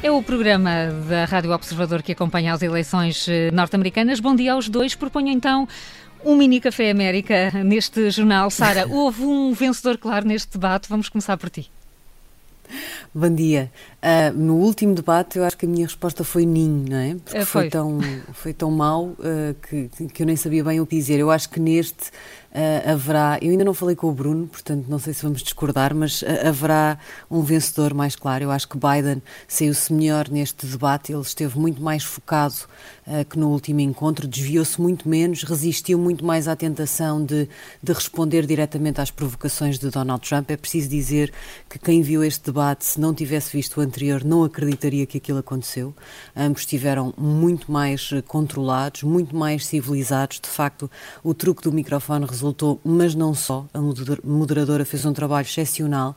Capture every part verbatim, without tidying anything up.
É o programa da Rádio Observador que acompanha as eleições norte-americanas. Bom dia aos dois. Proponho então um mini Café América neste jornal. Sara, houve um vencedor claro neste debate. Vamos começar por ti. Bom dia. Uh, no último debate eu acho que a minha resposta foi ninho, não é? Porque Uh, foi. foi tão, foi tão mau uh, que, que eu nem sabia bem o que dizer. Eu acho que neste uh, haverá... Eu ainda não falei com o Bruno, portanto não sei se vamos discordar, mas uh, haverá um vencedor mais claro. Eu acho que Biden saiu-se melhor neste debate. Ele esteve muito mais focado uh, que no último encontro, desviou-se muito menos, resistiu muito mais à tentação de, de responder diretamente às provocações de Donald Trump. É preciso dizer que quem viu este debate, se não tivesse visto o anterior, não acreditaria que aquilo aconteceu. Ambos estiveram muito mais controlados, muito mais civilizados. De facto, o truque do microfone resultou, mas não só. A moderadora fez um trabalho excepcional.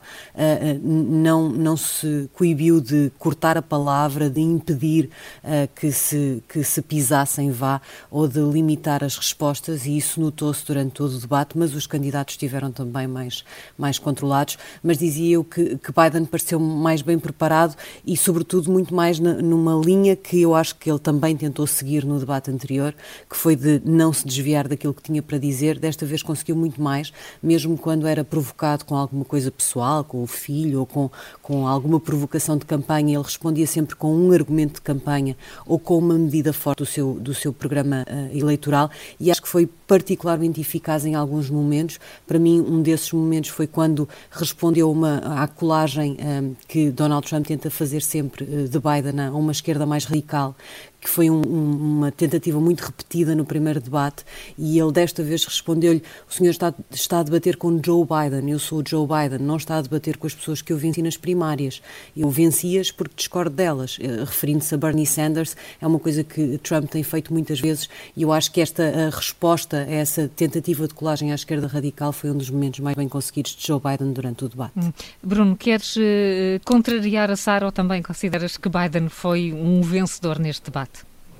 Não, não se coibiu de cortar a palavra, de impedir que se, que se pisassem vá, ou de limitar as respostas, e isso notou-se durante todo o debate, mas os candidatos estiveram também mais, mais controlados. Mas dizia eu que, que Biden pareceu mais bem preparado e, sobretudo, muito mais na, numa linha que eu acho que ele também tentou seguir no debate anterior, que foi de não se desviar daquilo que tinha para dizer. Desta vez conseguiu muito mais, mesmo quando era provocado com alguma coisa pessoal, com o filho ou com, com alguma provocação de campanha, ele respondia sempre com um argumento de campanha ou com uma medida forte do seu, do seu programa uh, eleitoral, e acho que foi particularmente eficaz em alguns momentos. Para mim, um desses momentos foi quando respondeu uma, à colagem um, que Donald Trump tenta fazer sempre uh, de Biden a uma esquerda mais radical, que foi um, um, uma tentativa muito repetida no primeiro debate, e ele desta vez respondeu-lhe: o senhor está, está a debater com Joe Biden, eu sou o Joe Biden, não está a debater com as pessoas que eu venci nas primárias, eu venci-as porque discordo delas, referindo-se a Bernie Sanders. É uma coisa que Trump tem feito muitas vezes, e eu acho que esta a resposta a essa tentativa de colagem à esquerda radical foi um dos momentos mais bem conseguidos de Joe Biden durante o debate. Hum. Bruno, queres uh, contrariar a Sara, ou também consideras que Biden foi um vencedor neste debate?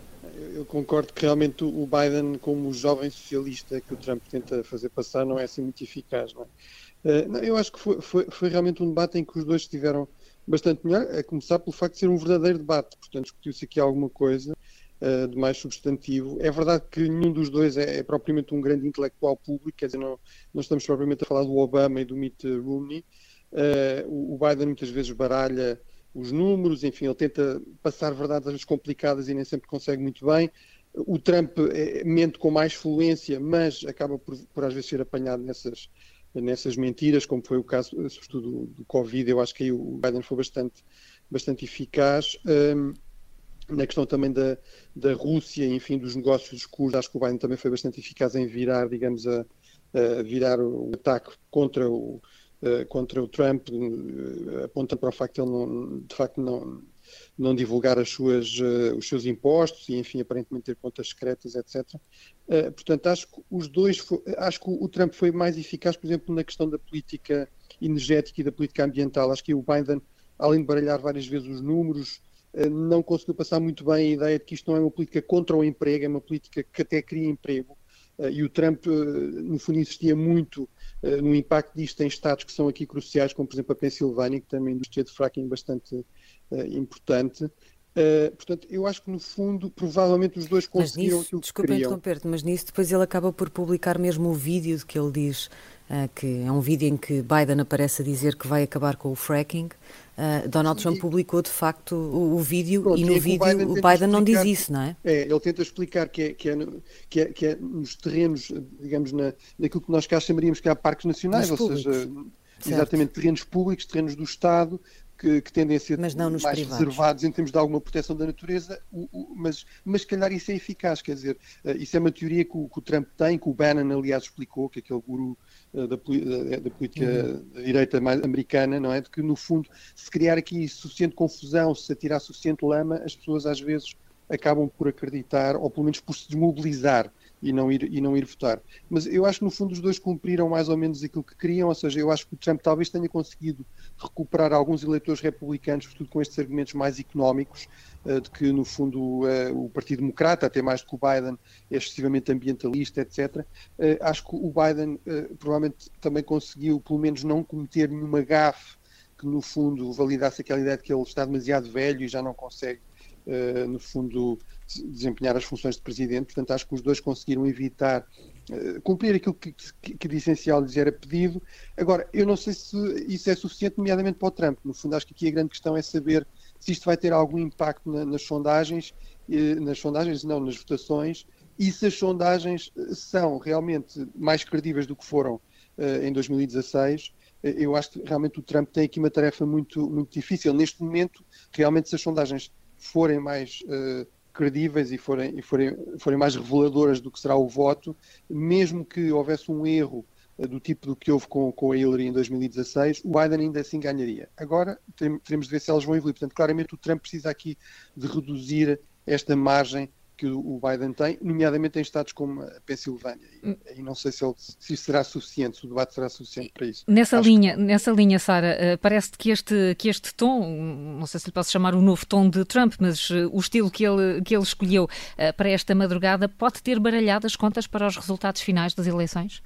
Eu concordo que realmente o Biden, como o jovem socialista que o Trump tenta fazer passar, não é assim muito eficaz, não é? Uh, não, eu acho que foi, foi, foi realmente um debate em que os dois estiveram bastante melhor, a começar pelo facto de ser um verdadeiro debate. Portanto, discutiu-se aqui alguma coisa uh, de mais substantivo. É verdade que nenhum dos dois é, é propriamente um grande intelectual público, quer dizer, não, não estamos propriamente a falar do Obama e do Mitt Romney. Uh, o, o Biden muitas vezes baralha os números, enfim, ele tenta passar verdades às vezes complicadas e nem sempre consegue muito bem. O Trump é, mente com mais fluência, mas acaba por, por às vezes ser apanhado nessas, nessas mentiras, como foi o caso, sobretudo, do, do Covid. Eu acho que aí o Biden foi bastante, bastante eficaz. Um, na questão também da, da Rússia, enfim, dos negócios escuros, acho que o Biden também foi bastante eficaz em virar, digamos, a, a virar o ataque contra o Uh, contra o Trump, uh, apontando para o facto de ele não, de facto não, não divulgar as suas, uh, os seus impostos e, enfim, aparentemente ter contas secretas, etcétera. Uh, portanto, acho que os dois, foi, acho que o Trump foi mais eficaz, por exemplo, na questão da política energética e da política ambiental. Acho que o Biden, além de baralhar várias vezes os números, uh, não conseguiu passar muito bem a ideia de que isto não é uma política contra o emprego, é uma política que até cria emprego. Uh, e o Trump, uh, no fundo, insistia muito uh, no impacto disto em estados que são aqui cruciais, como, por exemplo, a Pensilvânia, que tem uma indústria de fracking bastante uh, importante. Uh, portanto, eu acho que, no fundo, provavelmente os dois conseguiram nisso, aquilo que desculpa queriam. interromper-te, mas nisso depois ele acaba por publicar mesmo o vídeo de que ele diz, uh, que é um vídeo em que Biden aparece a dizer que vai acabar com o fracking. Uh, Donald Trump publicou de facto o, o vídeo. Pronto, e no e vídeo o Biden, o Biden não diz isso, não é? É, ele tenta explicar que é, que é, que é, que é nos terrenos, digamos, na, naquilo que nós cá chamaríamos que há parques nacionais, nos ou públicos. seja, exatamente, terrenos públicos, terrenos do Estado, que, que tendem a ser mas não nos mais privados. reservados em termos de alguma proteção da natureza, o, o, mas, mas se calhar isso é eficaz, quer dizer, uh, isso é uma teoria que o, que o Trump tem, que o Bannon, aliás, explicou, que é aquele guru uh, da, da, da política uhum. da direita mais americana, não é? De que, no fundo, se criar aqui suficiente confusão, se atirar suficiente lama, as pessoas às vezes acabam por acreditar, ou pelo menos por se desmobilizar e não ir, e não ir votar. Mas eu acho que, no fundo, os dois cumpriram mais ou menos aquilo que queriam, ou seja, eu acho que o Trump talvez tenha conseguido recuperar alguns eleitores republicanos, sobretudo com estes argumentos mais económicos, de que, no fundo, o Partido Democrata, até mais do que o Biden, é excessivamente ambientalista, etcétera. Acho que o Biden provavelmente também conseguiu, pelo menos, não cometer nenhuma gafe que no fundo validasse aquela ideia de que ele está demasiado velho e já não consegue, uh, no fundo, desempenhar as funções de presidente. Portanto, acho que os dois conseguiram evitar uh, cumprir aquilo que, que, que de essencial lhes era pedido. Agora, eu não sei se isso é suficiente, nomeadamente para o Trump. No fundo, acho que aqui a grande questão é saber se isto vai ter algum impacto na, nas sondagens, uh, nas sondagens, não, nas votações, e se as sondagens são realmente mais credíveis do que foram uh, em dois mil e dezasseis. Eu acho que realmente o Trump tem aqui uma tarefa muito, muito difícil. Neste momento, realmente, se as sondagens forem mais uh, credíveis e, forem, e forem, forem mais reveladoras do que será o voto, mesmo que houvesse um erro uh, do tipo do que houve com, com a Hillary em dois mil e dezasseis, o Biden ainda assim ganharia. Agora, teremos de ver se elas vão evoluir. Portanto, claramente o Trump precisa aqui de reduzir esta margem que o Biden tem, nomeadamente em estados como a Pensilvânia. E, e não sei se, ele, se isso será suficiente, se o debate será suficiente para isso. Nessa Acho linha, que... nessa linha, Sara, uh, parece-te que este, que este tom, não sei se lhe posso chamar o novo tom de Trump, mas uh, o estilo que ele, que ele escolheu uh, para esta madrugada pode ter baralhado as contas para os resultados finais das eleições?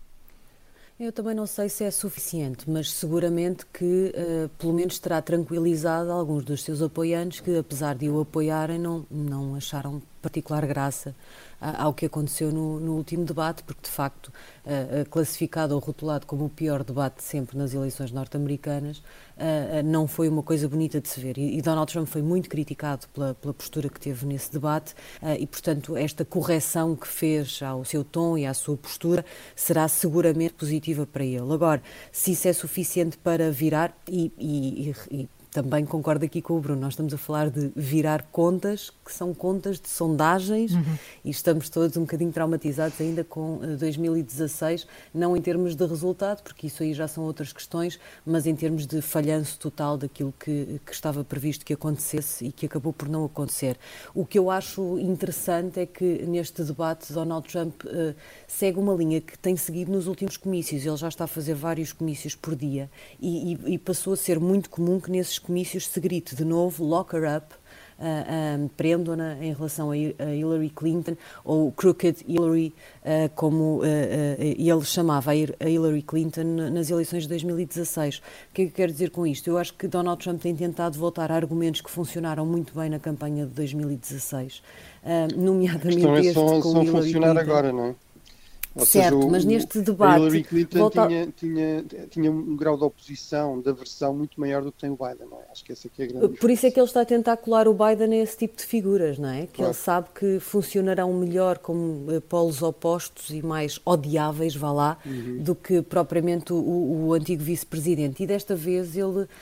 Eu também não sei se é suficiente, mas seguramente que uh, pelo menos terá tranquilizado alguns dos seus apoiantes que, apesar de o apoiarem, não, não acharam particular graça ao que aconteceu no, no último debate, porque de facto uh, classificado ou rotulado como o pior debate de sempre nas eleições norte-americanas, uh, não foi uma coisa bonita de se ver. E, e Donald Trump foi muito criticado pela, pela postura que teve nesse debate uh, e, portanto, esta correção que fez ao seu tom e à sua postura será seguramente positiva para ele. Agora, se isso é suficiente para virar, e, e, e também concordo aqui com o Bruno, nós estamos a falar de virar contas, que são contas de sondagens, uhum. e estamos todos um bocadinho traumatizados ainda com dois mil e dezasseis, não em termos de resultado, porque isso aí já são outras questões, mas em termos de falhanço total daquilo que, que estava previsto que acontecesse e que acabou por não acontecer. O que eu acho interessante é que neste debate Donald Trump uh, segue uma linha que tem seguido nos últimos comícios. Ele já está a fazer vários comícios por dia e, e, e passou a ser muito comum que nesses comícios se grite de novo lock her up, uh, um, prendam-na em relação a Hillary Clinton, ou crooked Hillary, uh, como uh, uh, ele chamava a Hillary Clinton nas eleições de dois mil e dezasseis. O que é que eu quero dizer com isto? Eu acho que Donald Trump tem tentado voltar a argumentos que funcionaram muito bem na campanha de dois mil e dezasseis, uh, nomeadamente é este só, com só Hillary funcionar Clinton. Agora, não é? Ou certo, seja, o, mas neste debate... Hillary Clinton volta... tinha, tinha, tinha um grau de oposição, de aversão muito maior do que tem o Biden, não é? Acho que essa aqui é a grande diferença. Por isso é que ele está a tentar colar o Biden a esse tipo de figuras, não é? Que claro. Ele sabe que funcionarão melhor como polos opostos e mais odiáveis, vá lá, uhum. do que propriamente o, o antigo vice-presidente. E desta vez ele uh,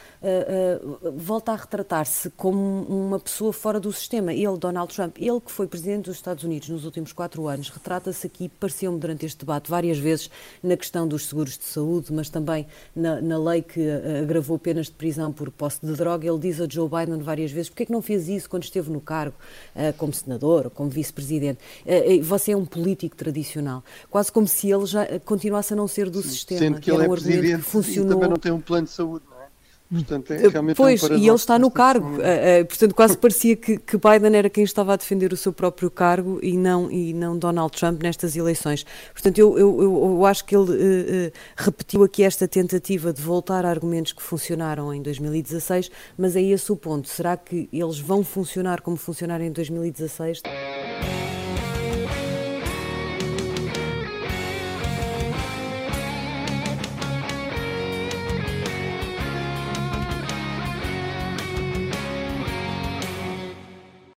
uh, volta a retratar-se como uma pessoa fora do sistema. Ele, Donald Trump, ele que foi presidente dos Estados Unidos nos últimos quatro anos, retrata-se aqui, pareceu-me durante este debate várias vezes na questão dos seguros de saúde, mas também na, na lei que agravou penas de prisão por posse de droga. Ele diz a Joe Biden várias vezes: porque é que não fez isso quando esteve no cargo uh, como senador ou como vice-presidente? Uh, você é um político tradicional, quase como se ele já continuasse a não ser do Sim, sistema. Sendo que ele um é presidente que funcionou... e também não tem um plano de saúde, não é? Portanto, é realmente pois, um e ele está no cargo, uh, uh, portanto quase parecia que, que Biden era quem estava a defender o seu próprio cargo e não, e não Donald Trump nestas eleições. Portanto, eu, eu, eu acho que ele uh, uh, repetiu aqui esta tentativa de voltar a argumentos que funcionaram em dois mil e dezasseis, mas é esse o ponto. Será que eles vão funcionar como funcionaram em dois mil e dezasseis?